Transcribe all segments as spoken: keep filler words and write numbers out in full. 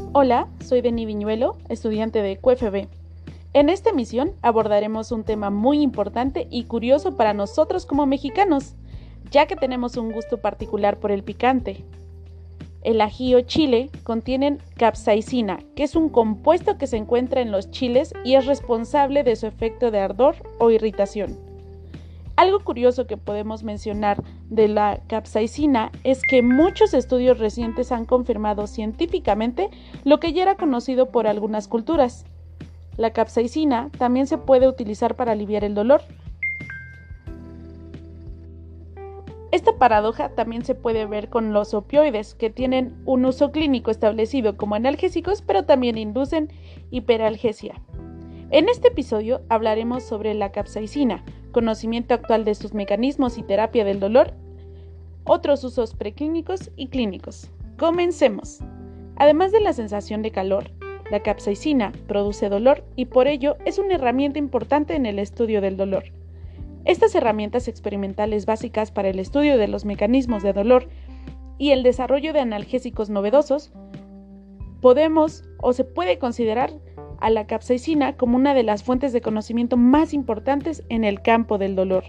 Hola, soy Deni Viñuelo, estudiante de Q F B. En esta emisión abordaremos un tema muy importante y curioso para nosotros como mexicanos, ya que tenemos un gusto particular por el picante. El ají o chile contienen capsaicina, que es un compuesto que se encuentra en los chiles y es responsable de su efecto de ardor o irritación. Algo curioso que podemos mencionar de la capsaicina es que muchos estudios recientes han confirmado científicamente lo que ya era conocido por algunas culturas. La capsaicina también se puede utilizar para aliviar el dolor. Esta paradoja también se puede ver con los opioides, que tienen un uso clínico establecido como analgésicos, pero también inducen hiperalgesia. En este episodio hablaremos sobre la capsaicina, conocimiento actual de sus mecanismos y terapia del dolor, otros usos preclínicos y clínicos. Comencemos. Además de la sensación de calor, la capsaicina produce dolor y por ello es una herramienta importante en el estudio del dolor. Estas herramientas experimentales básicas para el estudio de los mecanismos de dolor y el desarrollo de analgésicos novedosos, podemos o se puede considerar a la capsaicina como una de las fuentes de conocimiento más importantes en el campo del dolor.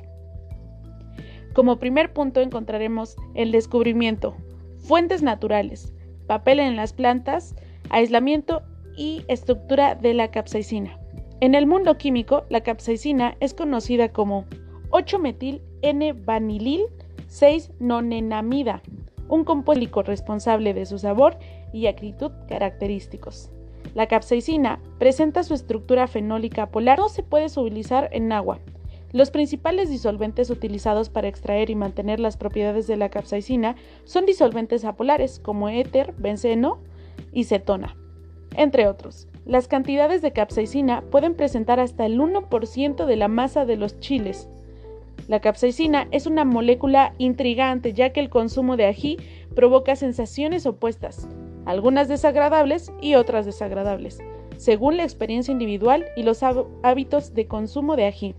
Como primer punto encontraremos el descubrimiento, fuentes naturales, papel en las plantas, aislamiento y estructura de la capsaicina. En el mundo químico, la capsaicina es conocida como ocho metil N vanilil seis nonenamida, un compuesto responsable de su sabor y acritud característicos. La capsaicina presenta su estructura fenólica polar, no se puede solubilizar en agua. Los principales disolventes utilizados para extraer y mantener las propiedades de la capsaicina son disolventes apolares como éter, benceno y cetona, entre otros. Las cantidades de capsaicina pueden presentar hasta el uno por ciento de la masa de los chiles. La capsaicina es una molécula intrigante, ya que el consumo de ají provoca sensaciones opuestas, algunas desagradables y otras desagradables, según la experiencia individual y los hábitos de consumo de ají.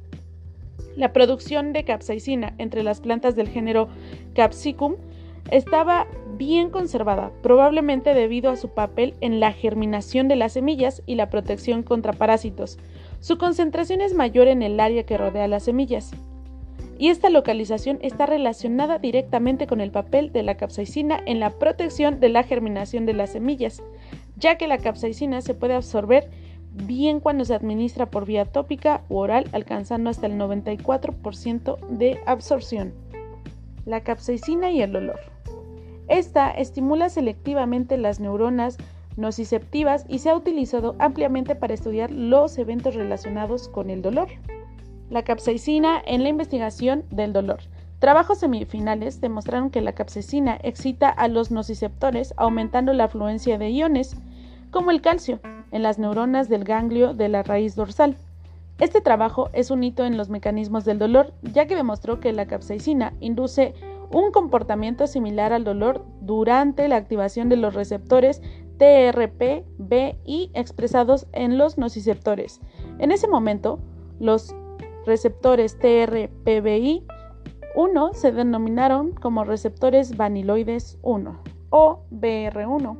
La producción de capsaicina entre las plantas del género Capsicum estaba bien conservada, probablemente debido a su papel en la germinación de las semillas y la protección contra parásitos. Su concentración es mayor en el área que rodea las semillas, y esta localización está relacionada directamente con el papel de la capsaicina en la protección de la germinación de las semillas, ya que la capsaicina se puede absorber bien cuando se administra por vía tópica u oral, alcanzando hasta el noventa y cuatro por ciento de absorción. La capsaicina y el dolor. Esta estimula selectivamente las neuronas nociceptivas y se ha utilizado ampliamente para estudiar los eventos relacionados con el dolor. La capsaicina en la investigación del dolor. Trabajos semifinales demostraron que la capsaicina excita a los nociceptores, aumentando la afluencia de iones, como el calcio, en las neuronas del ganglio de la raíz dorsal. Este trabajo es un hito en los mecanismos del dolor, ya que demostró que la capsaicina induce un comportamiento similar al dolor durante la activación de los receptores T R P B I expresados en los nociceptores. En ese momento, los receptores T R P B I uno se denominaron como receptores vaniloides uno o B R uno.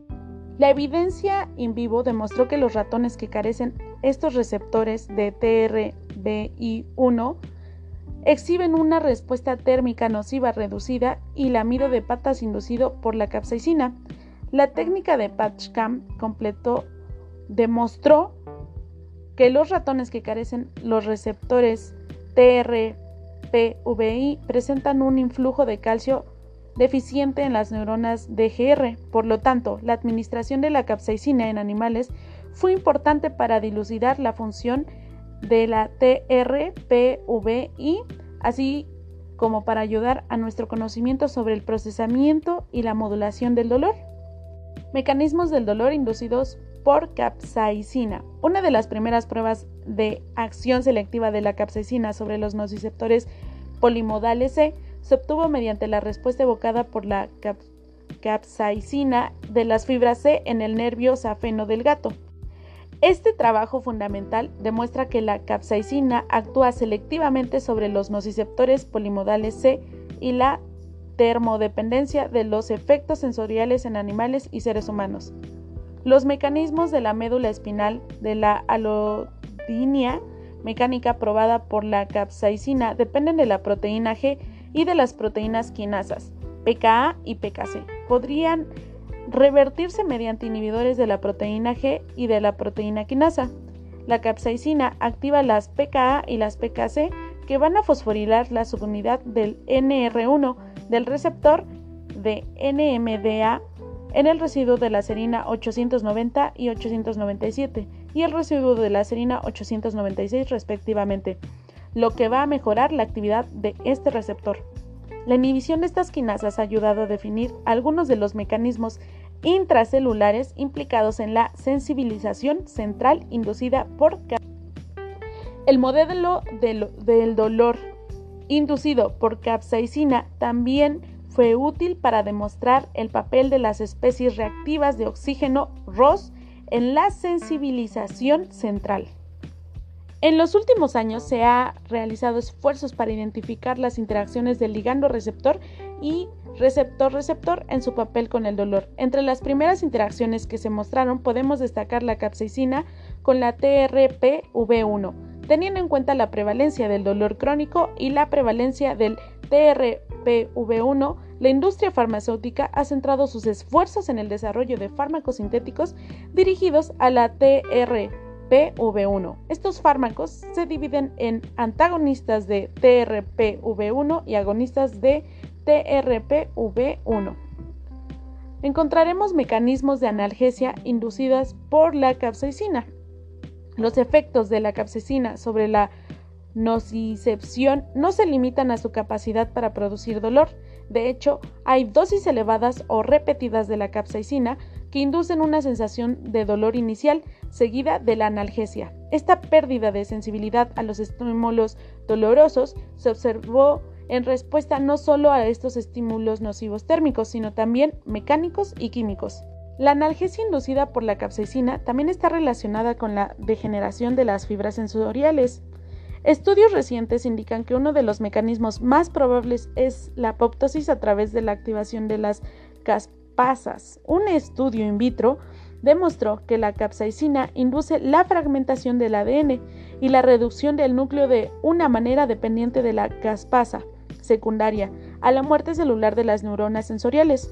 La evidencia in vivo demostró que los ratones que carecen estos receptores de T R B I uno exhiben una respuesta térmica nociva reducida y lamido de patas inducido por la capsaicina. La técnica de Patchcam completo demostró que los ratones que carecen los receptores T R P V I presentan un influjo de calcio deficiente en las neuronas D G R. Por lo tanto, la administración de la capsaicina en animales fue importante para dilucidar la función de la T R P V I, así como para ayudar a nuestro conocimiento sobre el procesamiento y la modulación del dolor. Mecanismos del dolor inducidos por capsaicina. Una de las primeras pruebas de acción selectiva de la capsaicina sobre los nociceptores polimodales C se obtuvo mediante la respuesta evocada por la cap capsaicina de las fibras C en el nervio safeno del gato. Este trabajo fundamental demuestra que la capsaicina actúa selectivamente sobre los nociceptores polimodales C y la termodependencia de los efectos sensoriales en animales y seres humanos. Los mecanismos de la médula espinal de la alodinia mecánica probada por la capsaicina dependen de la proteína G y de las proteínas quinasas, P K A y P K C. Podrían revertirse mediante inhibidores de la proteína G y de la proteína quinasa. La capsaicina activa las P K A y las P K C que van a fosforilar la subunidad del N R uno del receptor de N M D A en el residuo de la serina ochocientos noventa y ochocientos noventa y siete y el residuo de la serina ochocientos noventa y seis respectivamente, lo que va a mejorar la actividad de este receptor. La inhibición de estas quinasas ha ayudado a definir algunos de los mecanismos intracelulares implicados en la sensibilización central inducida por capsaicina. El modelo del, del dolor inducido por capsaicina también fue útil para demostrar el papel de las especies reactivas de oxígeno R O S en la sensibilización central. En los últimos años se han realizado esfuerzos para identificar las interacciones del ligando-receptor y receptor-receptor en su papel con el dolor. Entre las primeras interacciones que se mostraron podemos destacar la capsaicina con la T R P V uno, teniendo en cuenta la prevalencia del dolor crónico y la prevalencia del T R P V uno. La industria farmacéutica ha centrado sus esfuerzos en el desarrollo de fármacos sintéticos dirigidos a la T R P V uno. Estos fármacos se dividen en antagonistas de T R P V uno y agonistas de T R P V uno. Encontraremos mecanismos de analgesia inducidas por la capsaicina. Los efectos de la capsaicina sobre la nocicepción no se limitan a su capacidad para producir dolor. De hecho, hay dosis elevadas o repetidas de la capsaicina que inducen una sensación de dolor inicial seguida de la analgesia. Esta pérdida de sensibilidad a los estímulos dolorosos se observó en respuesta no solo a estos estímulos nocivos térmicos, sino también mecánicos y químicos. La analgesia inducida por la capsaicina también está relacionada con la degeneración de las fibras sensoriales. Estudios recientes indican que uno de los mecanismos más probables es la apoptosis a través de la activación de las caspasas. Un estudio in vitro demostró que la capsaicina induce la fragmentación del A D N y la reducción del núcleo de una manera dependiente de la caspasa secundaria a la muerte celular de las neuronas sensoriales.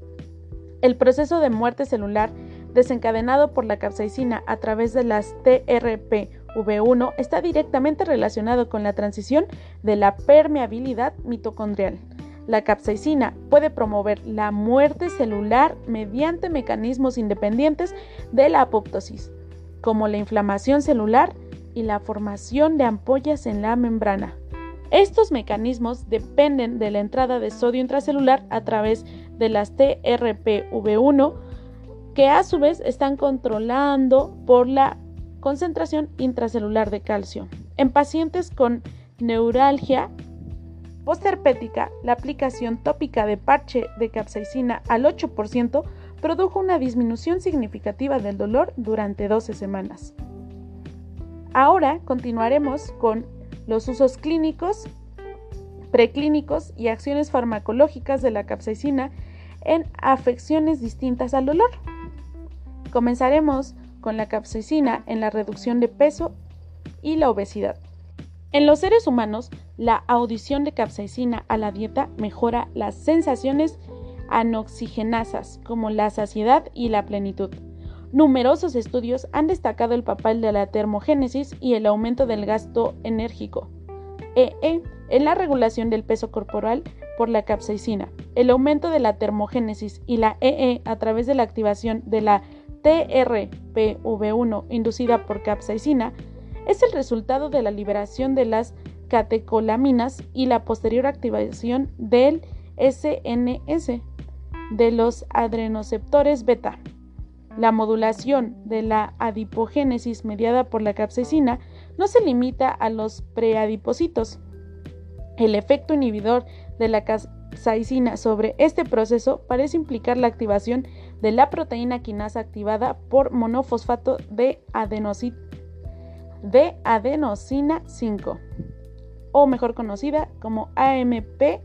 El proceso de muerte celular desencadenado por la capsaicina a través de las T R P V uno está directamente relacionado con la transición de la permeabilidad mitocondrial. La capsaicina puede promover la muerte celular mediante mecanismos independientes de la apoptosis, como la inflamación celular y la formación de ampollas en la membrana. Estos mecanismos dependen de la entrada de sodio intracelular a través de las T R P V uno, que a su vez están controlando por la concentración intracelular de calcio. En pacientes con neuralgia postherpética, la aplicación tópica de parche de capsaicina al ocho por ciento produjo una disminución significativa del dolor durante doce semanas. Ahora continuaremos con los usos clínicos, preclínicos y acciones farmacológicas de la capsaicina en afecciones distintas al dolor. Comenzaremos con la capsaicina en la reducción de peso y la obesidad. En los seres humanos, la adición de capsaicina a la dieta mejora las sensaciones anoxigenasas como la saciedad y la plenitud. Numerosos estudios han destacado el papel de la termogénesis y el aumento del gasto enérgico E E en la regulación del peso corporal por la capsaicina. El aumento de la termogénesis y la E E a través de la activación de la T R P V uno inducida por capsaicina es el resultado de la liberación de las catecolaminas y la posterior activación del S N S de los adrenoceptores beta. La modulación de la adipogénesis mediada por la capsaicina no se limita a los preadipocitos. El efecto inhibidor de la capsaicina sobre este proceso parece implicar la activación de la proteína quinasa activada por monofosfato de, de adenosina cinco, o mejor conocida como A M P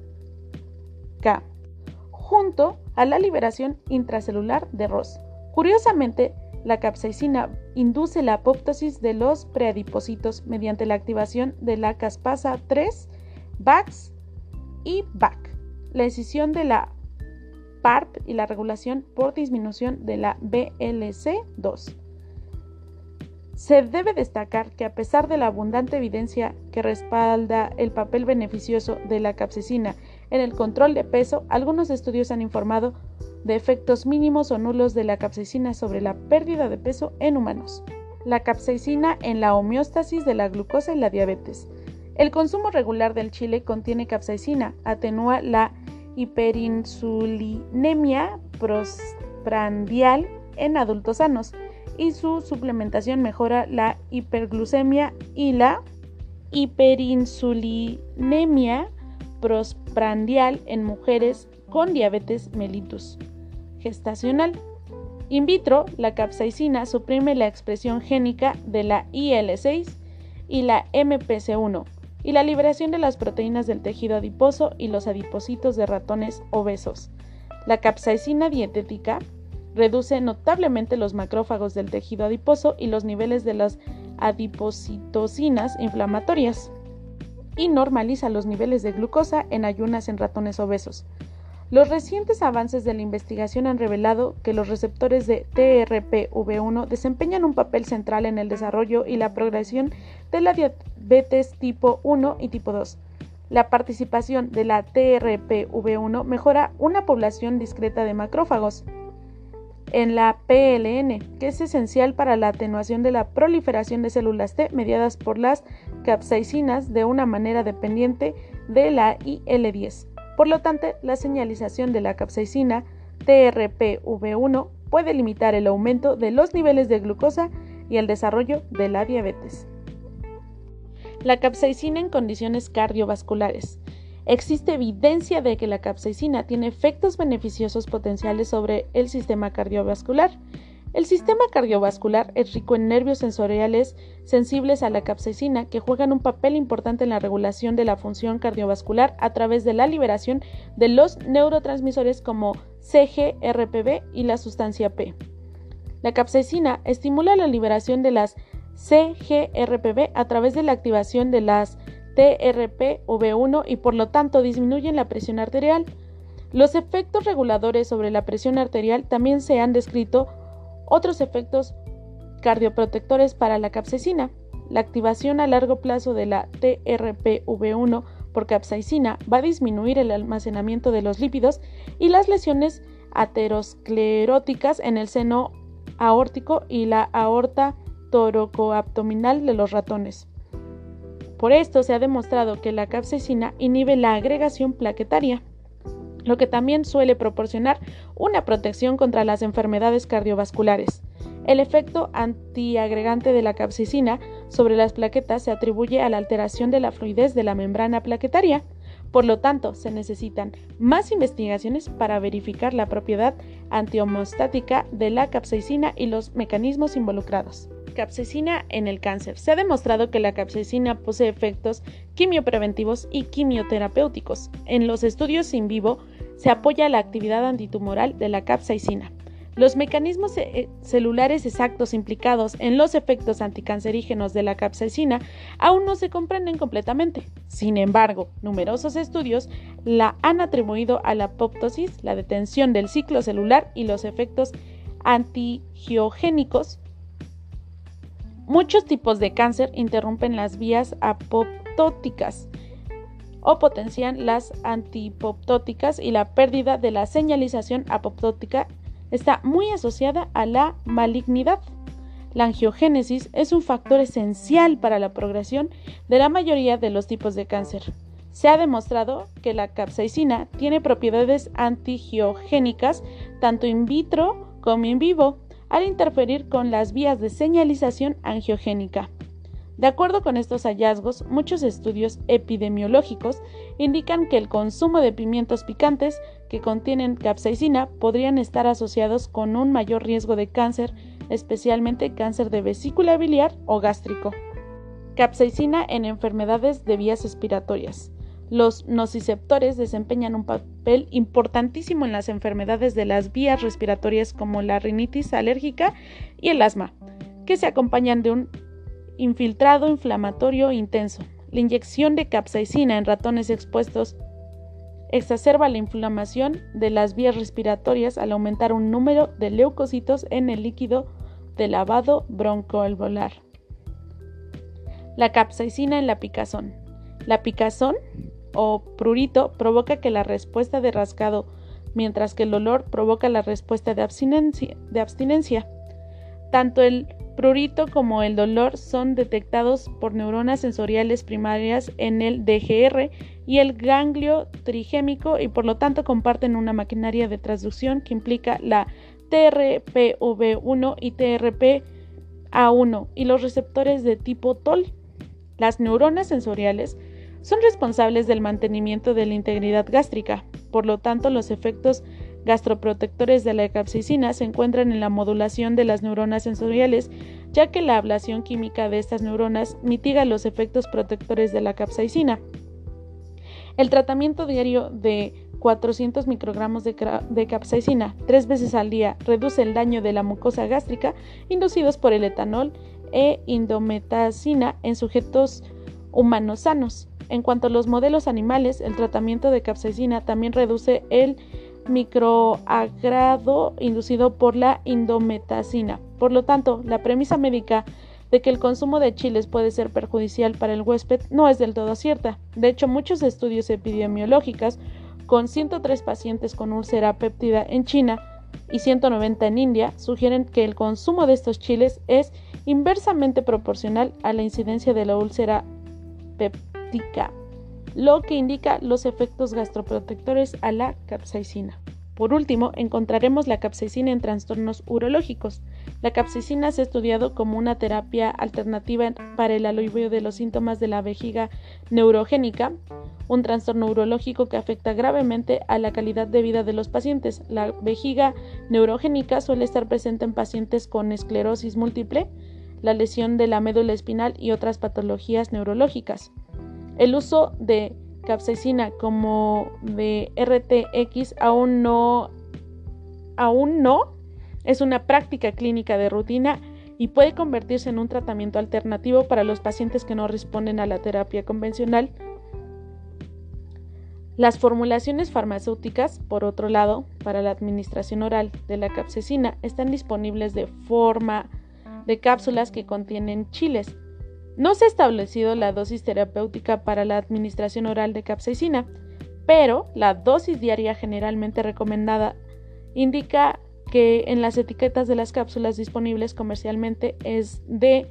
K, junto a la liberación intracelular de R O S. Curiosamente, la capsaicina induce la apoptosis de los preadipocitos mediante la activación de la caspasa tres, B A X y B A C, la escisión de la P A R P y la regulación por disminución de la B L C dos. Se debe destacar que a pesar de la abundante evidencia que respalda el papel beneficioso de la capsaicina en el control de peso, algunos estudios han informado de efectos mínimos o nulos de la capsaicina sobre la pérdida de peso en humanos. La capsaicina en la homeostasis de la glucosa y la diabetes. El consumo regular del chile contiene capsaicina, atenúa la hiperinsulinemia postprandial en adultos sanos, y su suplementación mejora la hiperglucemia y la hiperinsulinemia postprandial en mujeres con diabetes mellitus gestacional. In vitro, la capsaicina suprime la expresión génica de la I L seis y la M P C uno y la liberación de las proteínas del tejido adiposo y los adipocitos de ratones obesos. La capsaicina dietética reduce notablemente los macrófagos del tejido adiposo y los niveles de las adipocitocinas inflamatorias y normaliza los niveles de glucosa en ayunas en ratones obesos. Los recientes avances de la investigación han revelado que los receptores de T R P V uno desempeñan un papel central en el desarrollo y la progresión de la diabetes tipo uno y tipo dos. La participación de la T R P V uno mejora una población discreta de macrófagos en la P L N, que es esencial para la atenuación de la proliferación de células T mediadas por las capsaicinas de una manera dependiente de la I L diez. Por lo tanto, la señalización de la capsaicina T R P V uno puede limitar el aumento de los niveles de glucosa y el desarrollo de la diabetes. La capsaicina en condiciones cardiovasculares. Existe evidencia de que la capsaicina tiene efectos beneficiosos potenciales sobre el sistema cardiovascular. El sistema cardiovascular es rico en nervios sensoriales sensibles a la capsaicina que juegan un papel importante en la regulación de la función cardiovascular a través de la liberación de los neurotransmisores como C G R P B y la sustancia P. La capsaicina estimula la liberación de las C G R P B a través de la activación de las T R P V uno y por lo tanto disminuyen la presión arterial. Los efectos reguladores sobre la presión arterial también se han descrito. Otros efectos cardioprotectores para la capsaicina. La activación a largo plazo de la T R P V uno por capsaicina va a disminuir el almacenamiento de los lípidos y las lesiones ateroscleróticas en el seno aórtico y la aorta toracoabdominal de los ratones. Por esto se ha demostrado que la capsaicina inhibe la agregación plaquetaria, lo que también suele proporcionar una protección contra las enfermedades cardiovasculares. El efecto antiagregante de la capsaicina sobre las plaquetas se atribuye a la alteración de la fluidez de la membrana plaquetaria. Por lo tanto, se necesitan más investigaciones para verificar la propiedad antihomeostática de la capsaicina y los mecanismos involucrados. Capsaicina en el cáncer. Se ha demostrado que la capsaicina posee efectos quimiopreventivos y quimioterapéuticos. En los estudios in vivo se apoya la actividad antitumoral de la capsaicina. Los mecanismos celulares exactos implicados en los efectos anticancerígenos de la capsaicina aún no se comprenden completamente. Sin embargo, numerosos estudios la han atribuido a la apoptosis, la detención del ciclo celular y los efectos antigiogénicos. Muchos tipos de cáncer interrumpen las vías apoptóticas o potencian las antipoptóticas y la pérdida de la señalización apoptótica está muy asociada a la malignidad. La angiogénesis es un factor esencial para la progresión de la mayoría de los tipos de cáncer. Se ha demostrado que la capsaicina tiene propiedades antigiogénicas tanto in vitro como in vivo, al interferir con las vías de señalización angiogénica. De acuerdo con estos hallazgos, muchos estudios epidemiológicos indican que el consumo de pimientos picantes que contienen capsaicina podrían estar asociados con un mayor riesgo de cáncer, especialmente cáncer de vesícula biliar o gástrico. Capsaicina en enfermedades de vías respiratorias. Los nociceptores desempeñan un papel importantísimo en las enfermedades de las vías respiratorias como la rinitis alérgica y el asma, que se acompañan de un infiltrado inflamatorio intenso. La inyección de capsaicina en ratones expuestos exacerba la inflamación de las vías respiratorias al aumentar un número de leucocitos en el líquido de lavado broncoalveolar. La capsaicina en la picazón. La picazón o prurito provoca que la respuesta de rascado, mientras que el olor provoca la respuesta de abstinencia. De abstinencia. Tanto el prurito como el dolor son detectados por neuronas sensoriales primarias en el D G R y el ganglio trigémico y por lo tanto comparten una maquinaria de transducción que implica la T R P V uno y T R P A uno y los receptores de tipo T O L. Las neuronas sensoriales son responsables del mantenimiento de la integridad gástrica. Por lo tanto, los efectos gastroprotectores de la capsaicina se encuentran en la modulación de las neuronas sensoriales, ya que la ablación química de estas neuronas mitiga los efectos protectores de la capsaicina. El tratamiento diario de cuatrocientos microgramos de, de capsaicina tres veces al día reduce el daño de la mucosa gástrica inducidos por el etanol e indometacina en sujetos humanos sanos. En cuanto a los modelos animales, el tratamiento de capsaicina también reduce el microagrado inducido por la indometacina. Por lo tanto, la premisa médica de que el consumo de chiles puede ser perjudicial para el huésped no es del todo cierta. De hecho, muchos estudios epidemiológicos con ciento tres pacientes con úlcera péptida en China y ciento noventa en India sugieren que el consumo de estos chiles es inversamente proporcional a la incidencia de la úlcera péptica, lo que indica los efectos gastroprotectores a la capsaicina. Por último, encontraremos la capsaicina en trastornos urológicos. La capsaicina se ha estudiado como una terapia alternativa para el alivio de los síntomas de la vejiga neurogénica, un trastorno urológico que afecta gravemente a la calidad de vida de los pacientes. La vejiga neurogénica suele estar presente en pacientes con esclerosis múltiple, la lesión de la médula espinal y otras patologías neurológicas. El uso de capsaicina como de R T X aún no, aún no es una práctica clínica de rutina y puede convertirse en un tratamiento alternativo para los pacientes que no responden a la terapia convencional. Las formulaciones farmacéuticas, por otro lado, para la administración oral de la capsaicina están disponibles de forma de cápsulas que contienen chiles. No se ha establecido la dosis terapéutica para la administración oral de capsaicina, pero la dosis diaria generalmente recomendada indica que en las etiquetas de las cápsulas disponibles comercialmente es de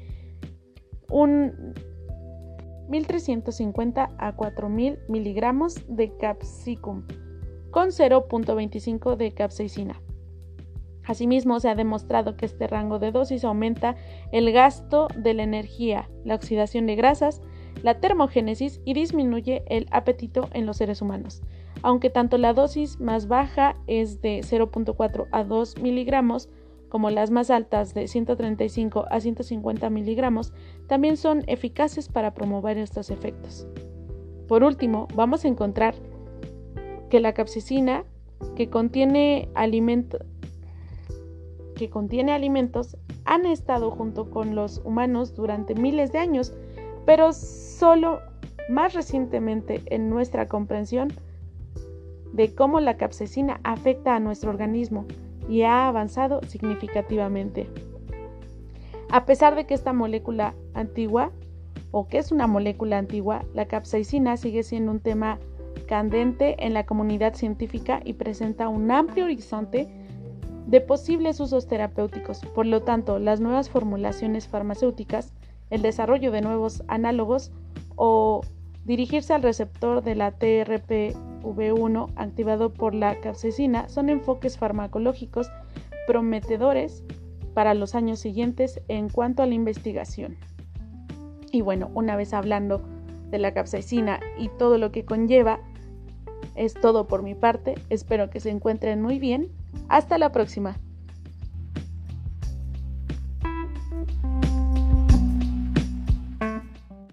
un mil trescientos cincuenta a cuatro mil miligramos de capsicum con cero punto veinticinco de capsaicina. Asimismo, se ha demostrado que este rango de dosis aumenta el gasto de la energía, la oxidación de grasas, la termogénesis y disminuye el apetito en los seres humanos. Aunque tanto la dosis más baja es de cero punto cuatro a dos miligramos, como las más altas de ciento treinta y cinco a ciento cincuenta miligramos, también son eficaces para promover estos efectos. Por último, vamos a encontrar que la capsaicina, que contiene alimentos, que contiene alimentos han estado junto con los humanos durante miles de años, pero solo más recientemente en nuestra comprensión de cómo la capsaicina afecta a nuestro organismo y ha avanzado significativamente. A pesar de que esta molécula antigua, o que es una molécula antigua, la capsaicina sigue siendo un tema candente en la comunidad científica y presenta un amplio horizonte de posibles usos terapéuticos. Por lo tanto, las nuevas formulaciones farmacéuticas, el desarrollo de nuevos análogos o dirigirse al receptor de la T R P V uno activado por la capsaicina son enfoques farmacológicos prometedores para los años siguientes en cuanto a la investigación. Y bueno, una vez hablando de la capsaicina y todo lo que conlleva, es todo por mi parte. Espero que se encuentren muy bien. Hasta la próxima.